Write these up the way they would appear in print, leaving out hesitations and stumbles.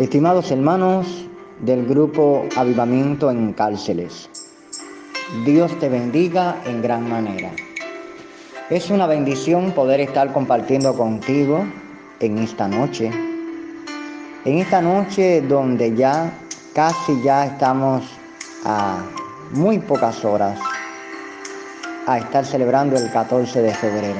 Estimados hermanos del grupo Avivamiento en Cárceles, Dios te bendiga en gran manera. Es una bendición poder estar compartiendo contigo en esta noche. En esta noche donde casi estamos a muy pocas horas a estar celebrando el 14 de febrero.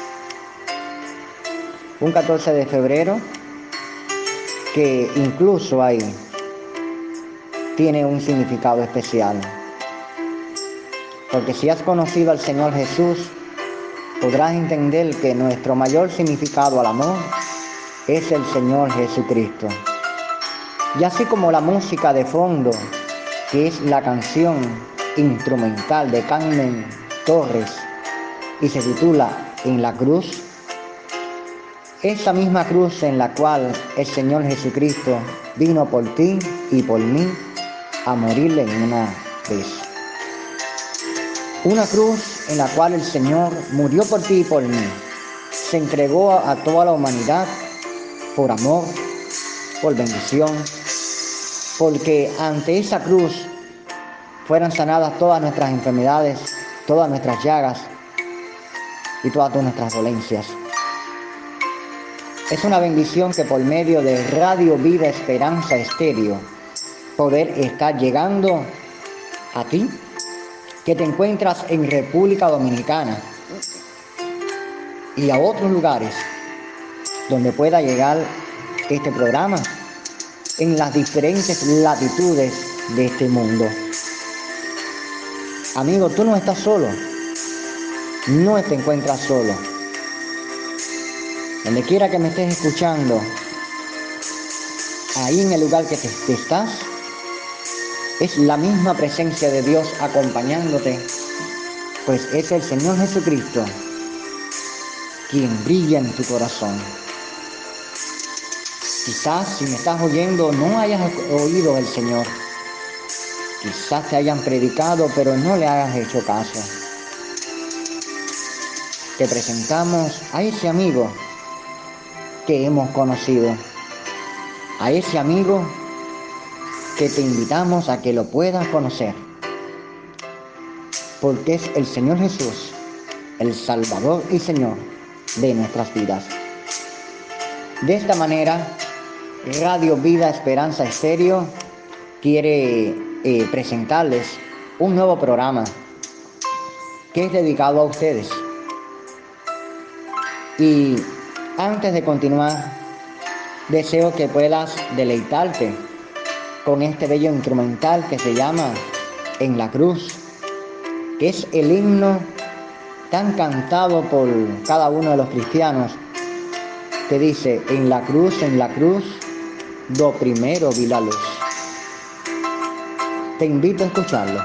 Un 14 de febrero que incluso ahí tiene un significado especial. Porque si has conocido al Señor Jesús, podrás entender que nuestro mayor significado al amor es el Señor Jesucristo. Y así como la música de fondo, que es la canción instrumental de Carmen Torres y se titula En la cruz, esa misma cruz en la cual el Señor Jesucristo vino por ti y por mí a morir en una vez. Una cruz en la cual el Señor murió por ti y por mí. Se entregó a toda la humanidad por amor, por bendición, porque ante esa cruz fueron sanadas todas nuestras enfermedades, todas nuestras llagas y todas nuestras dolencias. Es una bendición que por medio de Radio Vida Esperanza Estéreo poder estar llegando a ti, que te encuentras en República Dominicana y a otros lugares donde pueda llegar este programa en las diferentes latitudes de este mundo. Amigo, tú no estás solo, no te encuentras solo. Donde quiera que me estés escuchando, ahí en el lugar que te estás, es la misma presencia de Dios acompañándote, pues es el Señor Jesucristo quien brilla en tu corazón. Quizás si me estás oyendo no hayas oído al Señor. Quizás te hayan predicado, pero no le hayas hecho caso. Te presentamos a ese amigo que hemos conocido, a ese amigo que te invitamos a que lo puedas conocer, porque es el Señor Jesús, el Salvador y Señor de nuestras vidas. De esta manera, Radio Vida Esperanza Estéreo quiere presentarles un nuevo programa que es dedicado a ustedes. Y antes de continuar, deseo que puedas deleitarte con este bello instrumental que se llama En la cruz, que es el himno tan cantado por cada uno de los cristianos, que dice: en la cruz, do primero vi la luz. Te invito a escucharlo.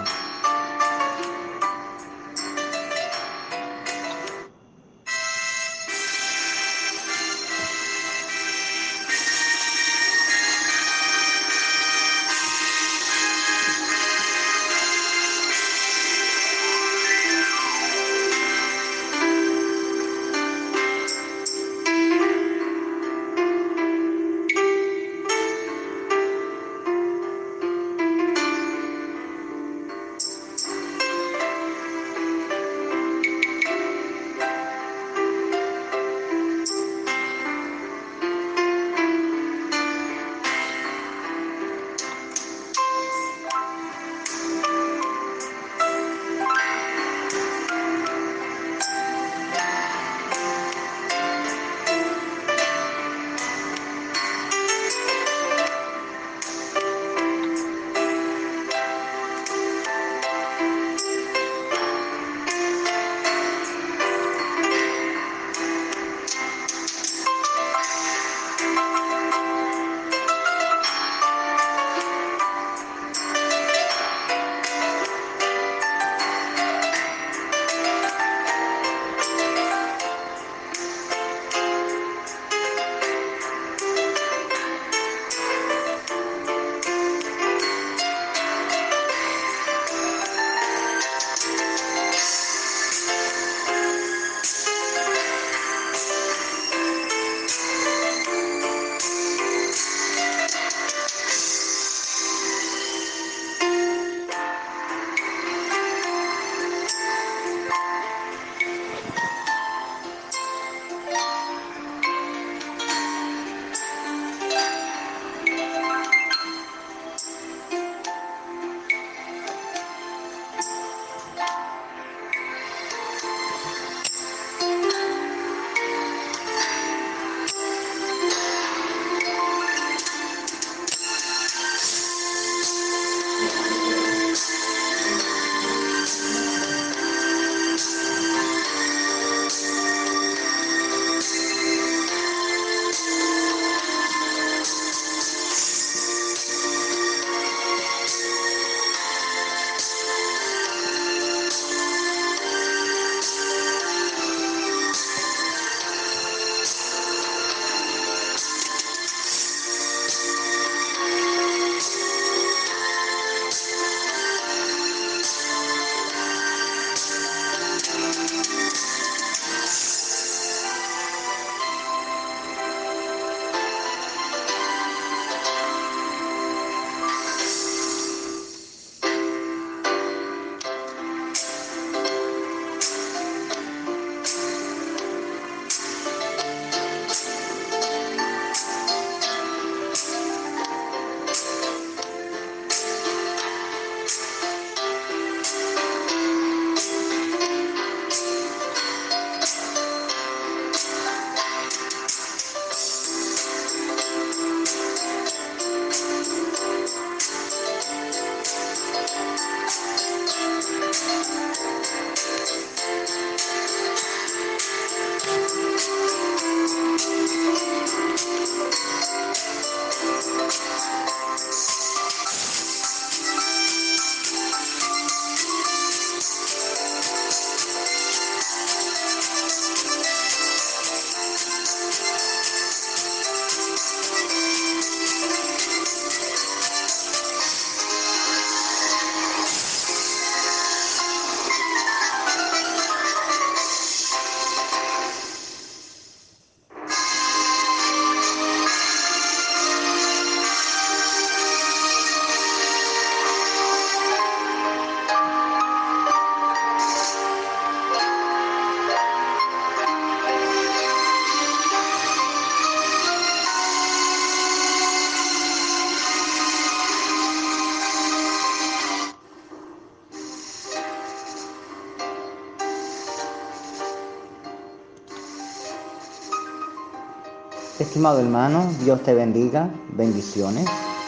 Estimado hermano, Dios te bendiga, bendiciones.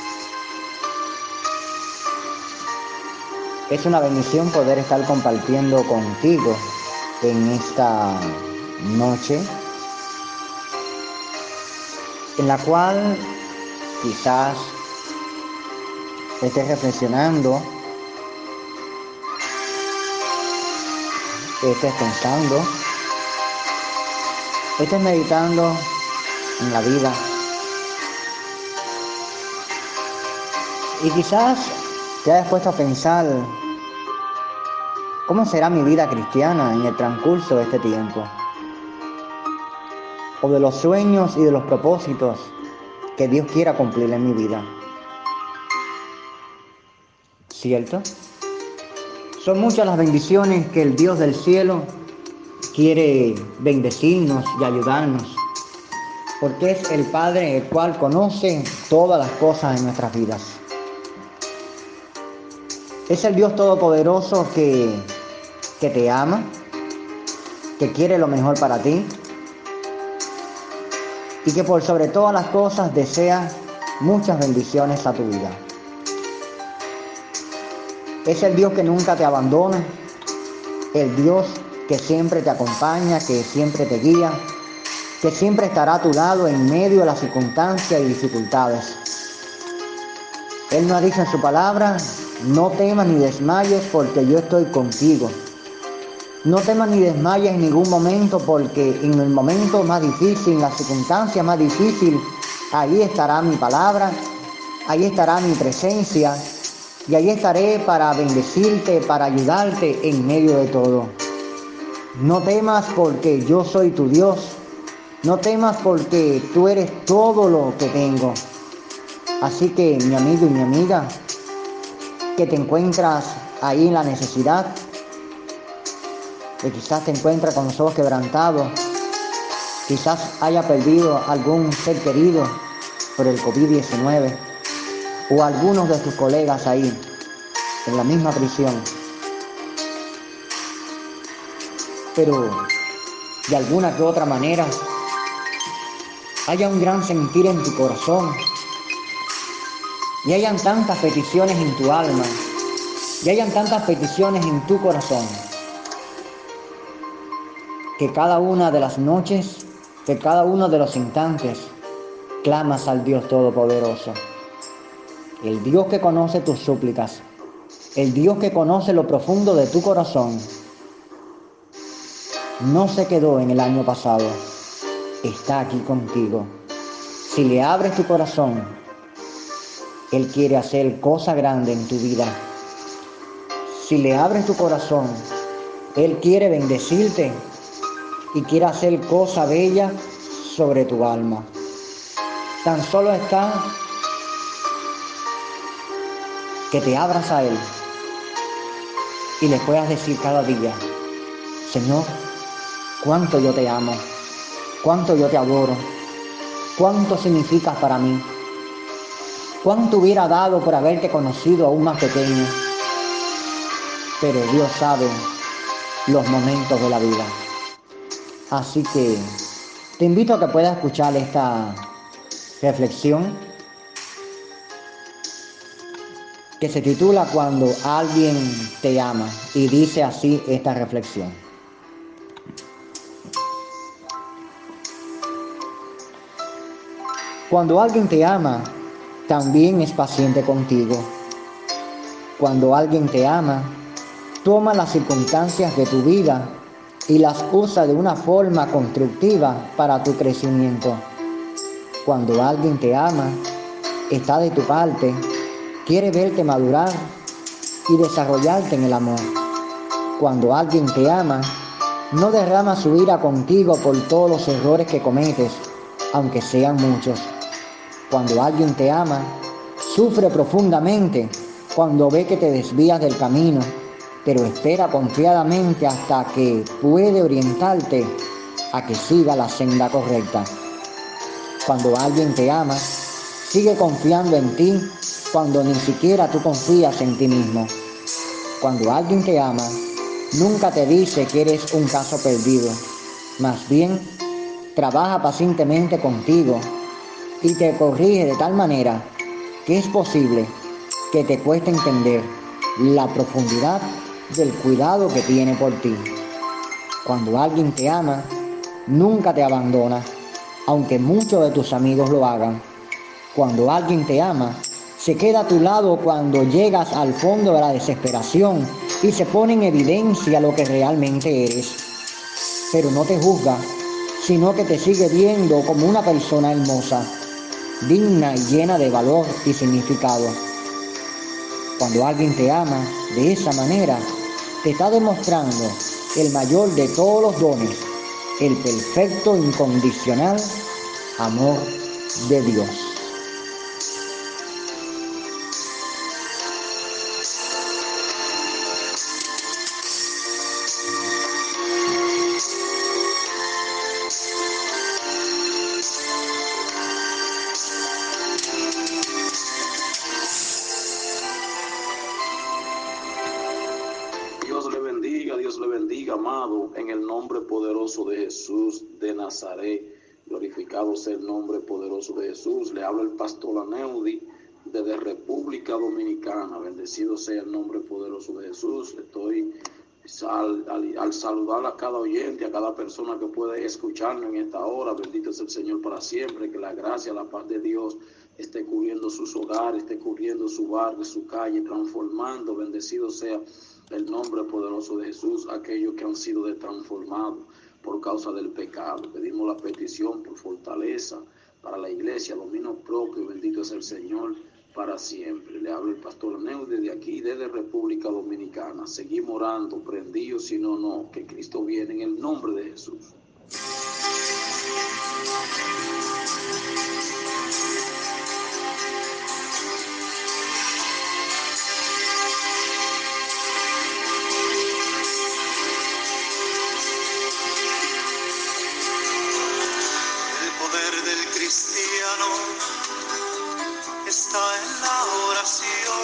Es una bendición poder estar compartiendo contigo en esta noche, en la cual quizás estés reflexionando, estés pensando, estés meditando en la vida. Y quizás te hayas puesto a pensar, ¿cómo será mi vida cristiana en el transcurso de este tiempo? O de los sueños y de los propósitos que Dios quiera cumplir en mi vida. ¿Cierto? Son muchas las bendiciones que el Dios del cielo quiere bendecirnos y ayudarnos, porque es el Padre el cual conoce todas las cosas en nuestras vidas. Es el Dios todopoderoso que te ama, que quiere lo mejor para ti y que por sobre todas las cosas desea muchas bendiciones a tu vida. Es el Dios que nunca te abandona, el Dios que siempre te acompaña, que siempre te guía, que siempre estará a tu lado en medio de las circunstancias y dificultades. Él nos ha dicho en su palabra: no temas ni desmayes porque yo estoy contigo. No temas ni desmayes en ningún momento, porque en el momento más difícil, en la circunstancia más difícil, ahí estará mi palabra, ahí estará mi presencia, y ahí estaré para bendecirte, para ayudarte en medio de todo. No temas porque yo soy tu Dios. No temas porque tú eres todo lo que tengo. Así que, mi amigo y mi amiga, que te encuentras ahí en la necesidad, que quizás te encuentras con los ojos quebrantados, quizás haya perdido algún ser querido por el COVID-19, o algunos de tus colegas ahí en la misma prisión, pero de alguna que otra manera haya un gran sentir en tu corazón y hayan tantas peticiones en tu alma y hayan tantas peticiones en tu corazón, que cada una de las noches, que cada uno de los instantes clamas al Dios Todopoderoso, el Dios que conoce tus súplicas, el Dios que conoce lo profundo de tu corazón. No se quedó en el año pasado, está aquí contigo. Si le abres tu corazón, Él quiere hacer cosa grande en tu vida. Si le abres tu corazón, Él quiere bendecirte y quiere hacer cosa bella sobre tu alma. Tan solo está que te abras a Él y le puedas decir cada día: Señor, cuánto yo te amo, cuánto yo te adoro, cuánto significas para mí, cuánto hubiera dado por haberte conocido aún más pequeño. Pero Dios sabe los momentos de la vida. Así que te invito a que puedas escuchar esta reflexión que se titula Cuando alguien te ama, y dice así esta reflexión: cuando alguien te ama, también es paciente contigo. Cuando alguien te ama, toma las circunstancias de tu vida y las usa de una forma constructiva para tu crecimiento. Cuando alguien te ama, está de tu parte, quiere verte madurar y desarrollarte en el amor. Cuando alguien te ama, no derrama su ira contigo por todos los errores que cometes, aunque sean muchos. Cuando alguien te ama, sufre profundamente cuando ve que te desvías del camino, pero espera confiadamente hasta que puede orientarte a que siga la senda correcta. Cuando alguien te ama, sigue confiando en ti cuando ni siquiera tú confías en ti mismo. Cuando alguien te ama, nunca te dice que eres un caso perdido. Más bien, trabaja pacientemente contigo y te corrige de tal manera que es posible que te cueste entender la profundidad del cuidado que tiene por ti. Cuando alguien te ama, nunca te abandona, aunque muchos de tus amigos lo hagan. Cuando alguien te ama, se queda a tu lado cuando llegas al fondo de la desesperación y se pone en evidencia lo que realmente eres. Pero no te juzga, sino que te sigue viendo como una persona hermosa, digna y llena de valor y significado. Cuando alguien te ama de esa manera, te está demostrando el mayor de todos los dones, el perfecto, incondicional amor de Dios. Dios le bendiga, amado, en el nombre poderoso de Jesús de Nazaret. Glorificado sea el nombre poderoso de Jesús. Le habla el pastor Aneudi desde República Dominicana. Bendecido sea el nombre poderoso de Jesús. Estoy al saludar a cada oyente, a cada persona que puede escucharme en esta hora. Bendito es el Señor para siempre. Que la gracia, la paz de Dios esté cubriendo sus hogares, esté cubriendo su barrio, su calle, transformando. Bendecido sea el nombre poderoso de Jesús, aquellos que han sido transformados por causa del pecado. Pedimos la petición por fortaleza para la iglesia, dominio propio. Bendito es el Señor para siempre. Le habla el pastor Neu desde aquí, desde República Dominicana. Seguimos orando, prendidos, si no, no, que Cristo viene en el nombre de Jesús. Está en la oración.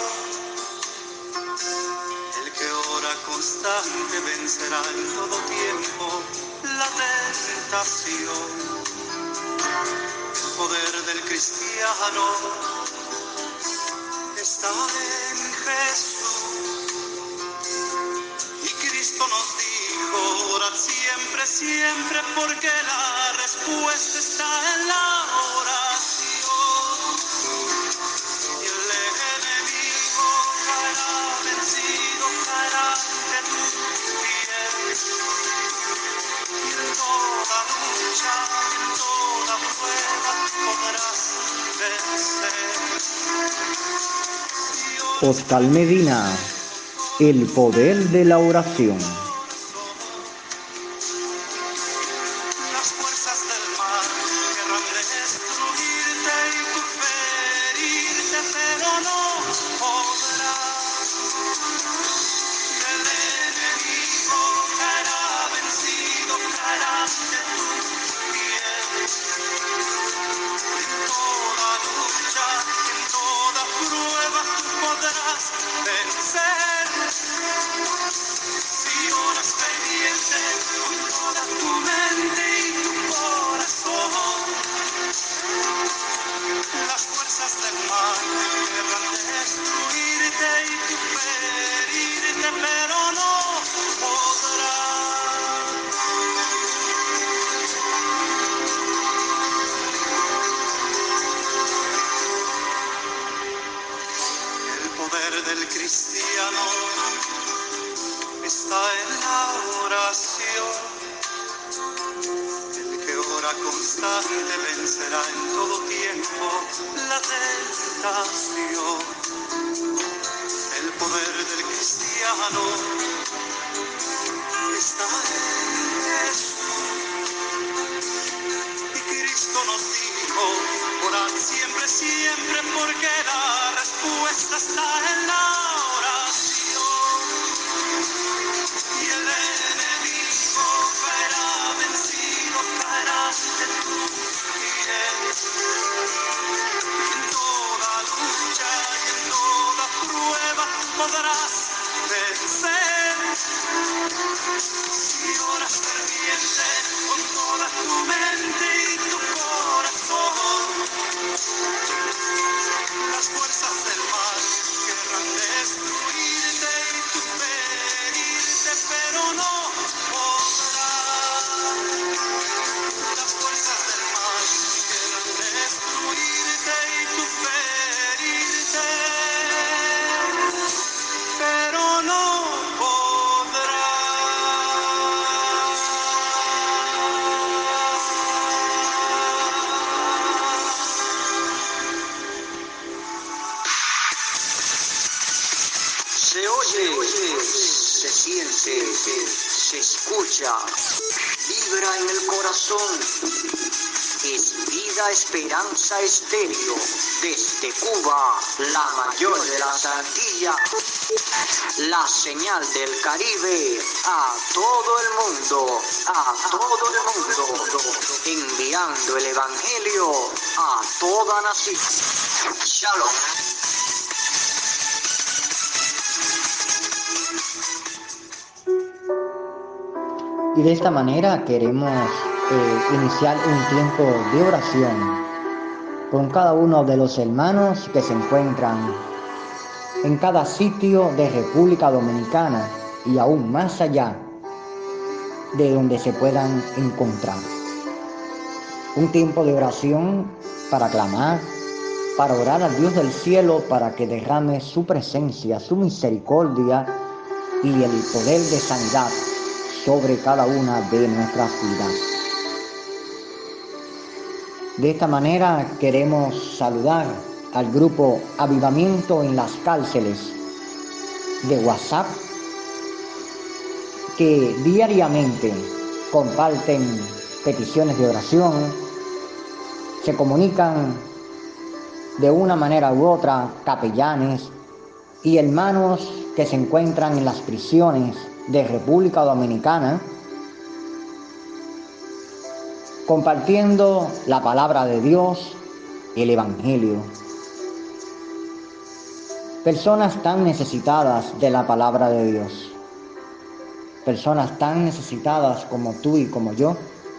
El que ora constante vencerá en todo tiempo la tentación. El poder del cristiano está en Jesús. Y Cristo nos dijo, orad siempre, siempre, porque la respuesta está en la oración. Oscar Medina, el poder de la oración. Las fuerzas del mal querrán destruirte y tú ferirte, pero no podrás. El enemigo caerá vencido, caerá ante tus pies. En toda lucha, en toda prueba tú podrás vencer. Si oras pendiente con toda tu mente y tu corazón, las fuerzas del mal querrán destruirte y tú ferirte, pero no podrás. poder del cristiano está en la oración. El que ora constante vencerá en todo tiempo la tentación. El poder del cristiano está en Jesús. Y Cristo nos dijo, orad siempre, siempre, porque la respuesta está en la oración. Y el enemigo caerá vencido, caerá de tus pies. En toda lucha y en toda prueba podrás vencer. Si oras ferviente con toda tu mente y tu corazón, las fuerzas del mal querrán destruirte y tú ferirte, pero no podrán. Las fuerzas del mal querrán destruirte y tú ferirte, pero no podrán. Se oye, se siente, se escucha, vibra en el corazón. Es Vida Esperanza Estéreo, desde Cuba, la mayor de las Antillas, la señal del Caribe, a todo el mundo, enviando el Evangelio a toda nación. Shalom. Y de esta manera queremos iniciar un tiempo de oración con cada uno de los hermanos que se encuentran en cada sitio de República Dominicana y aún más allá de donde se puedan encontrar. Un tiempo de oración para clamar, para orar al Dios del cielo para que derrame su presencia, su misericordia y el poder de sanidad sobre cada una de nuestras vidas. De esta manera queremos saludar al grupo Avivamiento en las Cárceles de WhatsApp, que diariamente comparten peticiones de oración, se comunican de una manera u otra capellanes y hermanos que se encuentran en las prisiones de República Dominicana, compartiendo la palabra de Dios, el Evangelio. Personas tan necesitadas de la palabra de Dios, personas tan necesitadas como tú y como yo,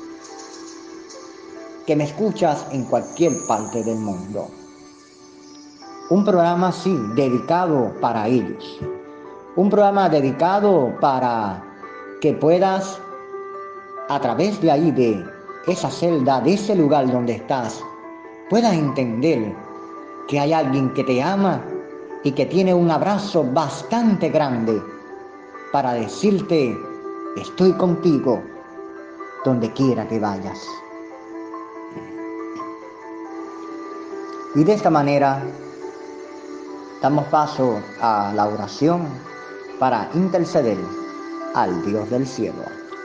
que me escuchas en cualquier parte del mundo. Un programa así, dedicado para ellos. Un programa dedicado para que puedas, a través de ahí, de esa celda, de ese lugar donde estás, puedas entender que hay alguien que te ama y que tiene un abrazo bastante grande para decirte: estoy contigo donde quiera que vayas. Y de esta manera damos paso a la oración para interceder al Dios del cielo.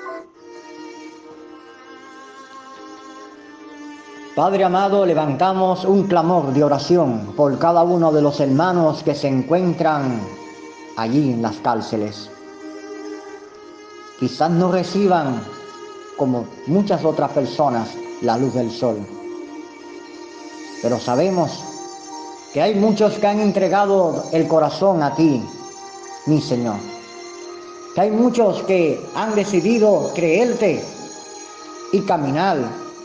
Padre amado, levantamos un clamor de oración por cada uno de los hermanos que se encuentran allí en las cárceles. Quizás no reciban, como muchas otras personas, la luz del sol, pero sabemos que hay muchos que han entregado el corazón a ti, mi Señor. Que hay muchos que han decidido creerte y caminar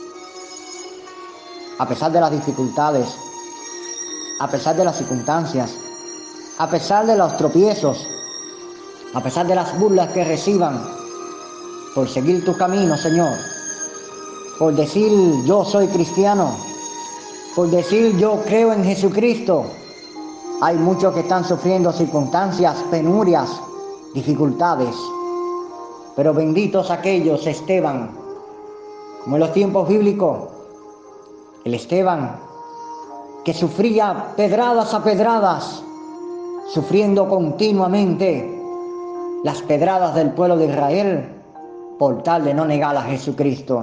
a pesar de las dificultades, a pesar de las circunstancias, a pesar de los tropiezos, a pesar de las burlas que reciban, por seguir tu camino, Señor, por decir yo soy cristiano, por decir yo creo en Jesucristo, Hay muchos que están sufriendo circunstancias, penurias, dificultades. Pero benditos aquellos, Esteban, como en los tiempos bíblicos, el Esteban que sufría pedradas a pedradas, sufriendo continuamente las pedradas del pueblo de Israel por tal de no negar a Jesucristo.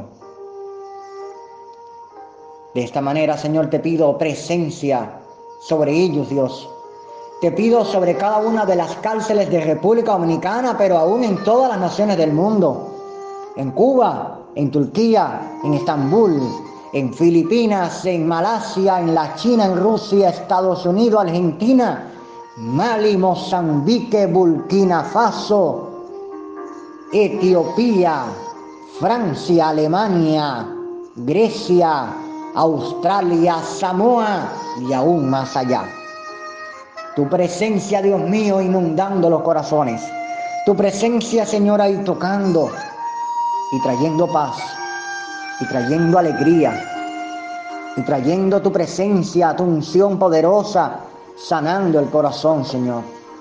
De esta manera, Señor, te pido presencia sobre ellos, Dios. Te pido sobre cada una de las cárceles de República Dominicana, pero aún en todas las naciones del mundo. En Cuba, en Turquía, en Estambul, en Filipinas, en Malasia, en la China, en Rusia, Estados Unidos, Argentina, Mali, Mozambique, Burkina Faso, Etiopía, Francia, Alemania, Grecia, Australia, Samoa y aún más allá. Tu presencia, Dios mío, inundando los corazones. Tu presencia, Señor, ahí tocando y trayendo paz, y trayendo alegría, y trayendo tu presencia, tu unción poderosa, sanando el corazón, Señor.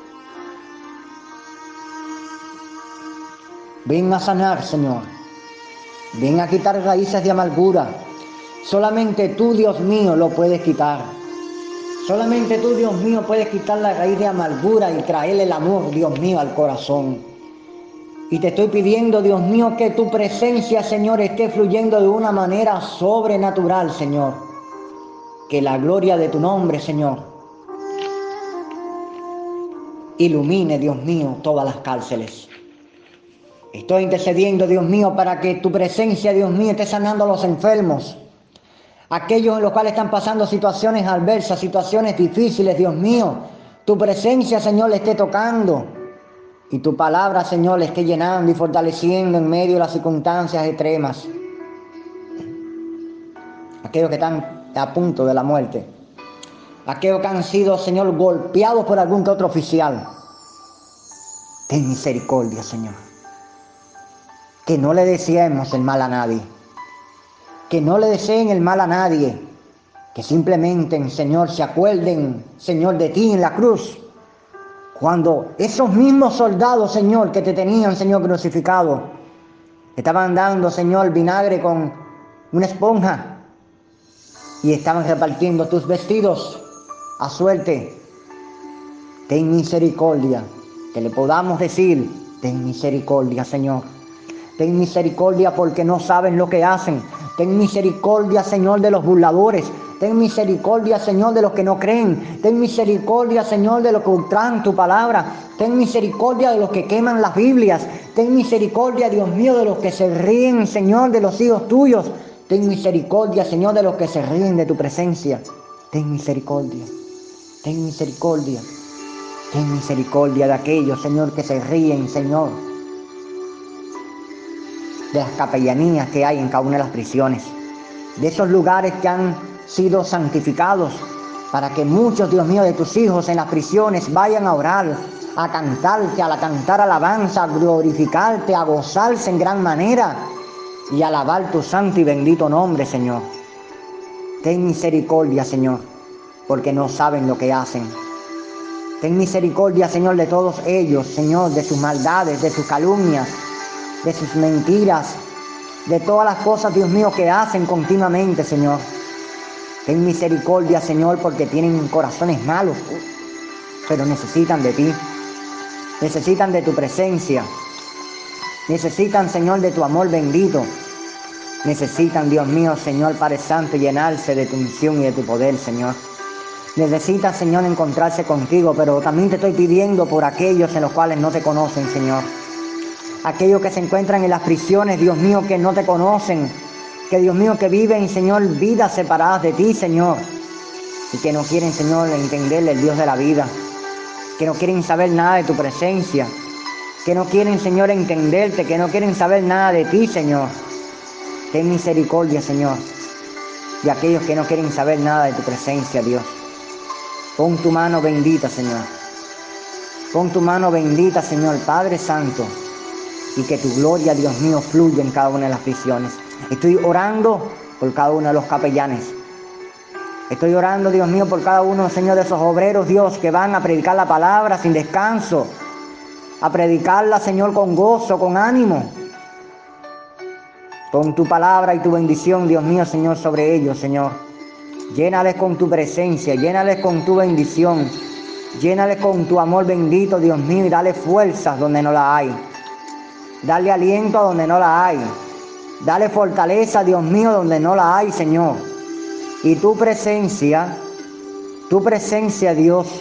Ven a sanar, Señor. Ven a quitar raíces de amargura. Solamente tú, Dios mío, lo puedes quitar. Solamente tú, Dios mío, puedes quitar la raíz de amargura y traerle el amor, Dios mío, al corazón. Y te estoy pidiendo, Dios mío, que tu presencia, Señor, esté fluyendo de una manera sobrenatural, Señor. Que la gloria de tu nombre, Señor, ilumine, Dios mío, todas las cárceles. Estoy intercediendo, Dios mío, para que tu presencia, Dios mío, esté sanando a los enfermos. Aquellos en los cuales están pasando situaciones adversas, situaciones difíciles, Dios mío. Tu presencia, Señor, le esté tocando. Y tu palabra, Señor, le esté llenando y fortaleciendo en medio de las circunstancias extremas. Aquellos que están a punto de la muerte. Aquellos que han sido, Señor, golpeados por algún que otro oficial. Ten misericordia, Señor. Que no le deseemos el mal a nadie. Que no le deseen el mal a nadie. Que simplemente, Señor, se acuerden, Señor, de ti en la cruz. Cuando esos mismos soldados, Señor, que te tenían, Señor, crucificado, estaban dando, Señor, vinagre con una esponja y estaban repartiendo tus vestidos a suerte. Ten misericordia, que le podamos decir, ten misericordia, Señor. Ten misericordia porque no saben lo que hacen. Ten misericordia, Señor, de los burladores. Ten misericordia, Señor, de los que no creen. Ten misericordia, Señor, de los que ultrajan tu palabra. Ten misericordia de los que queman las Biblias. Ten misericordia, Dios mío, de los que se ríen, Señor, de los hijos tuyos. Ten misericordia, Señor, de los que se ríen de tu presencia. Ten misericordia. Ten misericordia. Ten misericordia de aquellos, Señor, que se ríen, Señor, de las capellanías que hay en cada una de las prisiones, de esos lugares que han sido santificados para que muchos, Dios mío, de tus hijos en las prisiones vayan a orar, a cantarte, a cantar alabanza, a glorificarte, a gozarse en gran manera y a alabar tu santo y bendito nombre, Señor. Ten misericordia, Señor, porque no saben lo que hacen. Ten misericordia, Señor, de todos ellos, Señor, de sus maldades, de sus calumnias, de sus mentiras, de todas las cosas, Dios mío, que hacen continuamente, Señor. Ten misericordia, Señor, porque tienen corazones malos, pero necesitan de ti. Necesitan de tu presencia. Necesitan, Señor, de tu amor bendito. Necesitan, Dios mío, Señor, Padre Santo, llenarse de tu unción y de tu poder, Señor. Necesitan, Señor, encontrarse contigo, pero también te estoy pidiendo por aquellos en los cuales no te conocen, Señor. Aquellos que se encuentran en las prisiones, Dios mío, que no te conocen, que Dios mío, que viven, Señor, vidas separadas de ti, Señor, y que no quieren, Señor, entender el Dios de la vida, que no quieren saber nada de tu presencia, que no quieren, Señor, entenderte, que no quieren saber nada de ti, Señor. Ten misericordia, Señor, de aquellos que no quieren saber nada de tu presencia, Dios. Pon tu mano bendita, Señor. Pon tu mano bendita, Señor, Padre Santo, y que tu gloria, Dios mío, fluya en cada una de las prisiones. Estoy orando por cada uno de los capellanes. Estoy orando, Dios mío, por cada uno, Señor, de esos obreros, Dios, que van a predicar la palabra sin descanso, a predicarla, Señor, con gozo, con ánimo, con tu palabra y tu bendición, Dios mío, Señor, sobre ellos, Señor. Llénales con tu presencia, llénales con tu bendición, llénales con tu amor bendito, Dios mío, y dale fuerzas donde no la hay. Dale aliento donde no la hay. Dale fortaleza, Dios mío, donde no la hay, Señor. Y tu presencia, Dios,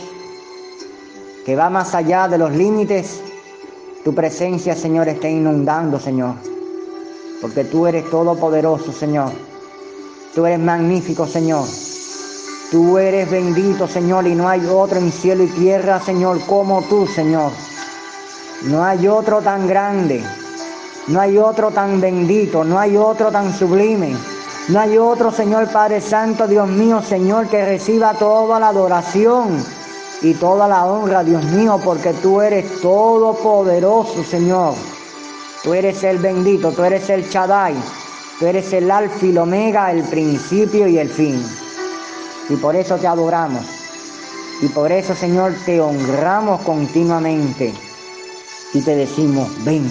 que va más allá de los límites, tu presencia, Señor, está inundando, Señor. Porque tú eres todopoderoso, Señor. Tú eres magnífico, Señor. Tú eres bendito, Señor, y no hay otro en cielo y tierra, Señor, como tú, Señor. No hay otro tan grande, no hay otro tan bendito, no hay otro tan sublime. No hay otro, Señor Padre Santo, Dios mío, Señor, que reciba toda la adoración y toda la honra, Dios mío, porque tú eres todopoderoso, Señor. Tú eres el bendito, tú eres el Shaddai, tú eres el Alfa y el Omega, el principio y el fin. Y por eso te adoramos. Y por eso, Señor, te honramos continuamente. Y te decimos, ven,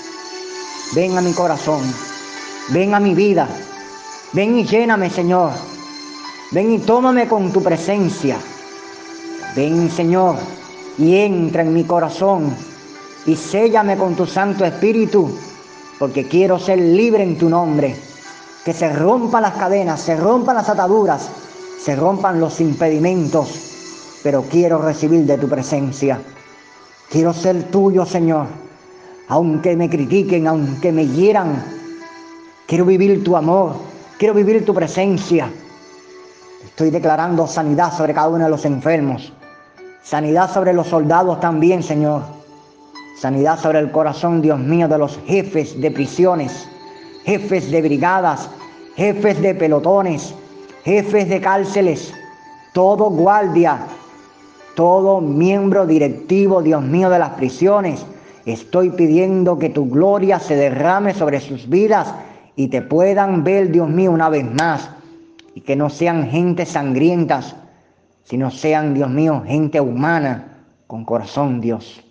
ven a mi corazón, ven a mi vida. Ven y lléname, Señor. Ven y tómame con tu presencia. Ven, Señor, y entra en mi corazón y séllame con tu Santo Espíritu, porque quiero ser libre en tu nombre. Que se rompan las cadenas, se rompan las ataduras, se rompan los impedimentos, pero quiero recibir de tu presencia. Quiero ser tuyo, Señor. Aunque me critiquen, aunque me hieran, quiero vivir tu amor. Quiero vivir tu presencia. Estoy declarando sanidad sobre cada uno de los enfermos. Sanidad sobre los soldados también, Señor. Sanidad sobre el corazón, Dios mío, de los jefes de prisiones, jefes de brigadas, jefes de pelotones, jefes de cárceles, todo guardia, todo miembro directivo, Dios mío, de las prisiones. Estoy pidiendo que tu gloria se derrame sobre sus vidas y te puedan ver, Dios mío, una vez más. Y que no sean gente sangrientas, sino sean, Dios mío, gente humana, con corazón, Dios.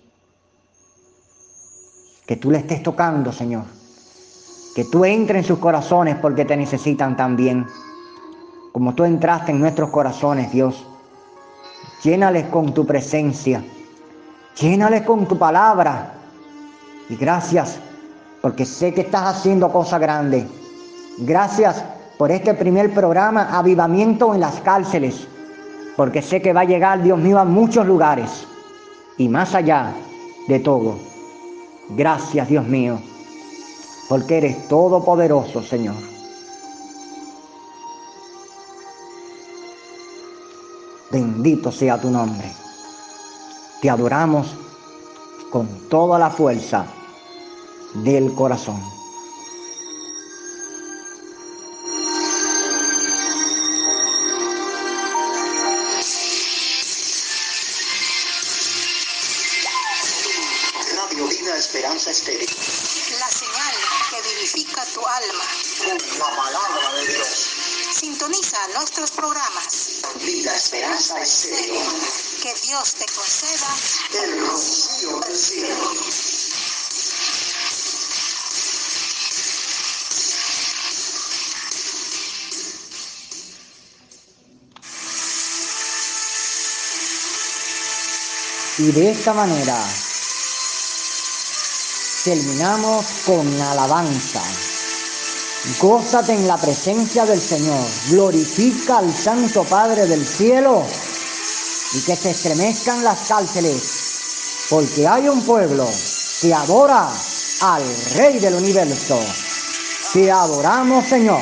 Que tú le estés tocando, Señor. Que tú entres en sus corazones porque te necesitan también. Como tú entraste en nuestros corazones, Dios. Llénales con tu presencia. Llénales con tu palabra. Y gracias, porque sé que estás haciendo cosas grandes. Gracias por este primer programa, Avivamiento en las Cárceles, porque sé que va a llegar, Dios mío, a muchos lugares y más allá de todo. Gracias, Dios mío, porque eres todopoderoso, Señor. Bendito sea tu nombre. Te adoramos con toda la fuerza del corazón. Esperanza Estéril. La señal que vivifica tu alma. Con la palabra de Dios. Sintoniza nuestros programas. Vida Esperanza Estéril. Que Dios te conceda El rocío del cielo. Y de esta manera terminamos con alabanza. Gózate en la presencia del Señor. Glorifica al Santo Padre del cielo y que se estremezcan las cárceles, porque hay un pueblo que adora al Rey del universo. Te adoramos, Señor.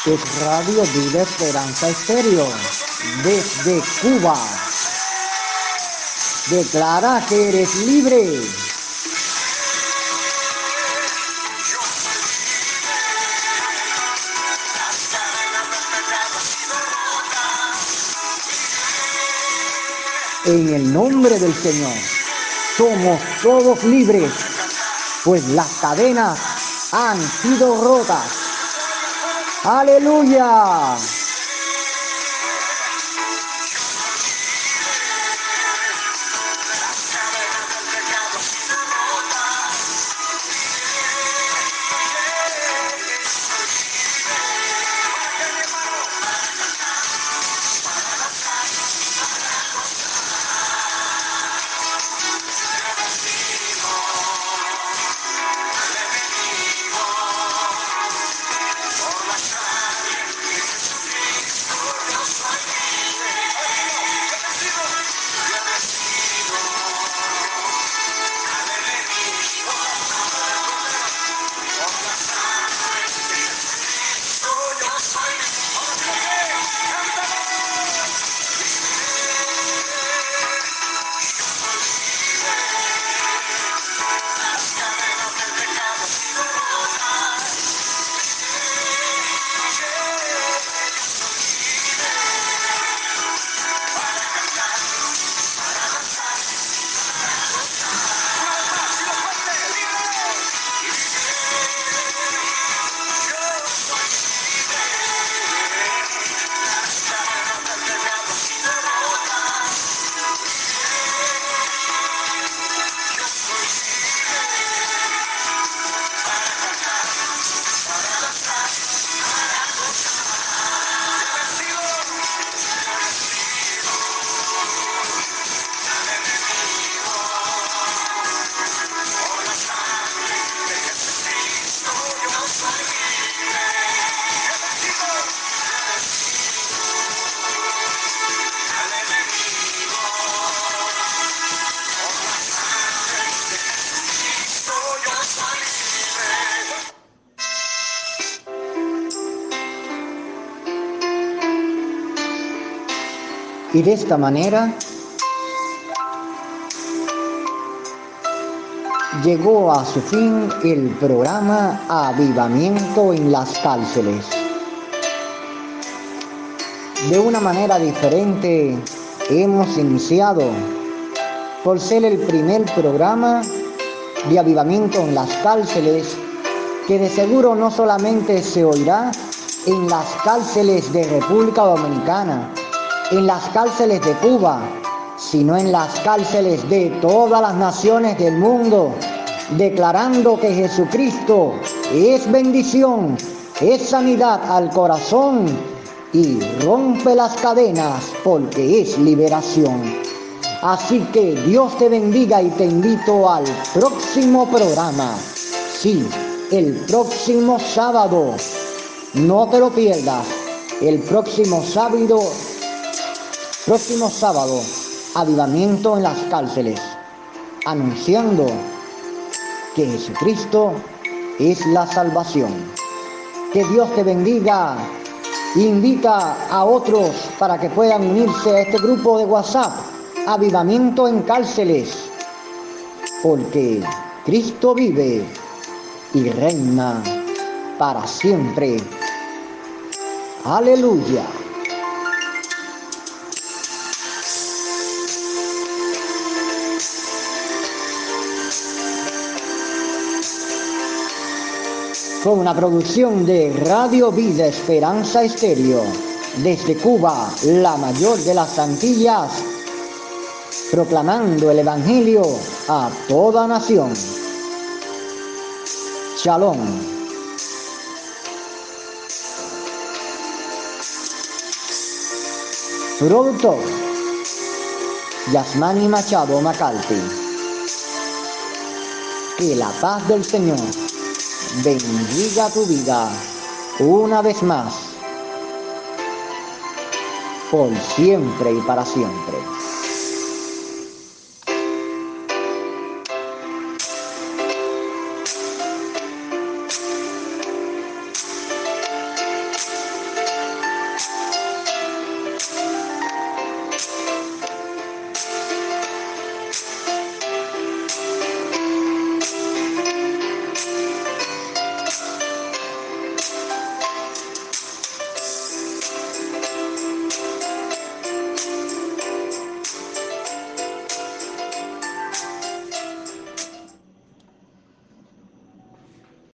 Es Radio Vida Esperanza Estéreo, desde Cuba. Declara que eres libre. En el nombre del Señor, somos todos libres, pues las cadenas han sido rotas. ¡Aleluya! Y de esta manera llegó a su fin el programa Avivamiento en las Cárceles. De una manera diferente hemos iniciado por ser el primer programa de avivamiento en las cárceles, que de seguro no solamente se oirá en las cárceles de República Dominicana, en las cárceles de Cuba, sino en las cárceles de todas las naciones del mundo, declarando que Jesucristo es bendición, es sanidad al corazón y rompe las cadenas porque es liberación. Así que Dios te bendiga y te invito al próximo programa. Sí, el próximo sábado. No te lo pierdas. El próximo sábado, avivamiento en las cárceles, anunciando que Jesucristo es la salvación. Que Dios te bendiga. Invita a otros para que puedan unirse a este grupo de WhatsApp, Avivamiento en Cárceles, porque Cristo vive y reina para siempre. Aleluya. Fue una producción de Radio Vida Esperanza Estéreo, desde Cuba, la mayor de las Antillas, proclamando el Evangelio a toda nación. Shalom. Productor Yasmani Machado McCarthy. Que la paz del Señor bendiga tu vida una vez más, por siempre y para siempre.